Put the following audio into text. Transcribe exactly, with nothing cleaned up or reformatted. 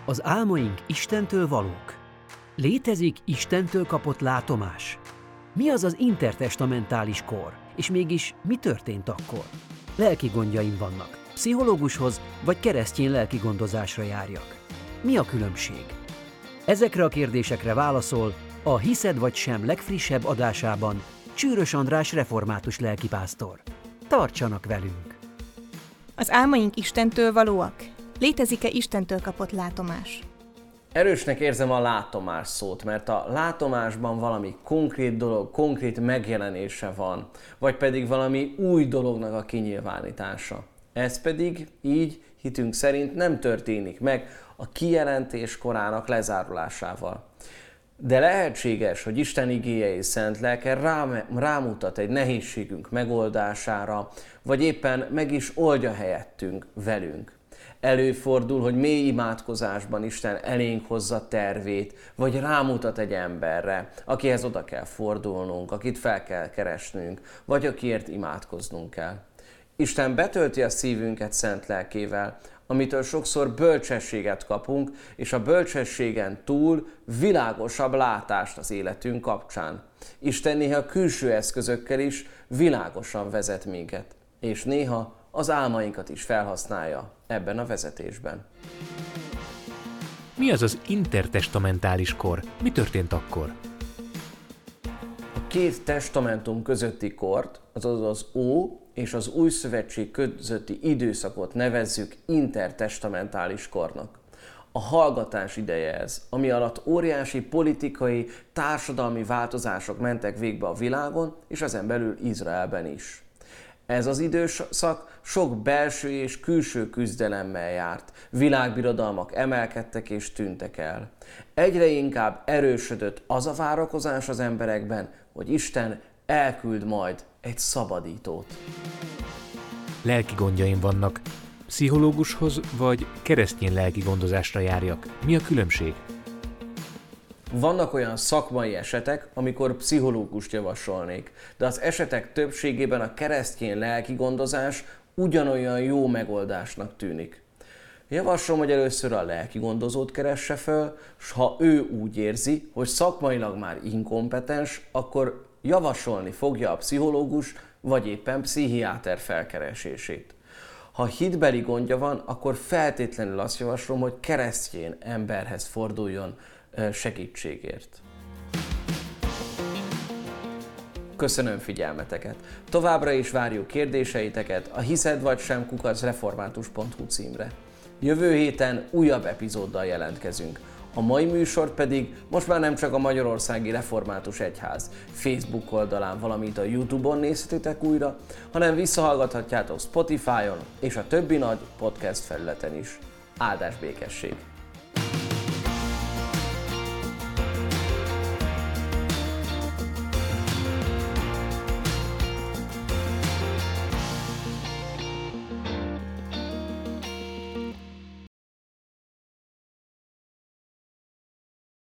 Az álmaink Istentől valók. Létezik Istentől kapott látomás? Mi az az intertestamentális kor? És mégis mi történt akkor? Lelki gondjaim vannak. Pszichológushoz vagy keresztény lelki gondozásra járjak? Mi a különbség? Ezekre a kérdésekre válaszol a Hiszed vagy sem legfrissebb adásában Csűrös András református lelkipásztor. Tartsanak velünk! Az álmaink Istentől valóak? Létezik-e Istentől kapott látomás? Erősnek érzem a látomás szót, mert a látomásban valami konkrét dolog, konkrét megjelenése van, vagy pedig valami új dolognak a kinyilvánítása. Ez pedig így hitünk szerint nem történik meg a kijelentés korának lezárulásával. De lehetséges, hogy Isten igéje és szent lelke rám, rámutat egy nehézségünk megoldására, vagy éppen meg is oldja helyettünk velünk. Előfordul, hogy mély imádkozásban Isten elénk hozza tervét, vagy rámutat egy emberre, akihez oda kell fordulnunk, akit fel kell keresnünk, vagy akiért imádkoznunk kell. Isten betölti a szívünket szent lelkével, amitől sokszor bölcsességet kapunk, és a bölcsességen túl világosabb látást az életünk kapcsán. Isten néha külső eszközökkel is világosan vezet minket, és néha az álmainkat is felhasználja ebben a vezetésben. Mi az az intertestamentális kor? Mi történt akkor? A két testamentum közötti kort, azaz az Ó és az Új Szövetség közötti időszakot nevezzük intertestamentális kornak. A hallgatás ideje ez, ami alatt óriási politikai, társadalmi változások mentek végbe a világon, és ezen belül Izraelben is. Ez az időszak sok belső és külső küzdelemmel járt, világbirodalmak emelkedtek és tűntek el. Egyre inkább erősödött az a várakozás az emberekben, hogy Isten elküld majd egy szabadítót. Lelki gondjaim vannak. Pszichológushoz vagy keresztény lelki gondozásra járjak? Mi a különbség? Vannak olyan szakmai esetek, amikor pszichológust javasolnék, de az esetek többségében a keresztény lelki gondozás ugyanolyan jó megoldásnak tűnik. Javaslom, hogy először a lelki gondozót keresse föl, s ha ő úgy érzi, hogy szakmailag már inkompetens, akkor javasolni fogja a pszichológus vagy éppen pszichiáter felkeresését. Ha hitbeli gondja van, akkor feltétlenül azt javaslom, hogy keresztény emberhez forduljon segítségért. Köszönöm figyelmeteket! Továbbra is várjuk kérdéseiteket a hiszed vagy sem kukac református pont hu címre. Jövő héten újabb epizóddal jelentkezünk. A mai műsort pedig most már nem csak a Magyarországi Református Egyház Facebook oldalán, valamint a YouTube-on nézhetitek újra, hanem visszahallgathatjátok Spotify-on és a többi nagy podcast felületen is. Áldás békesség!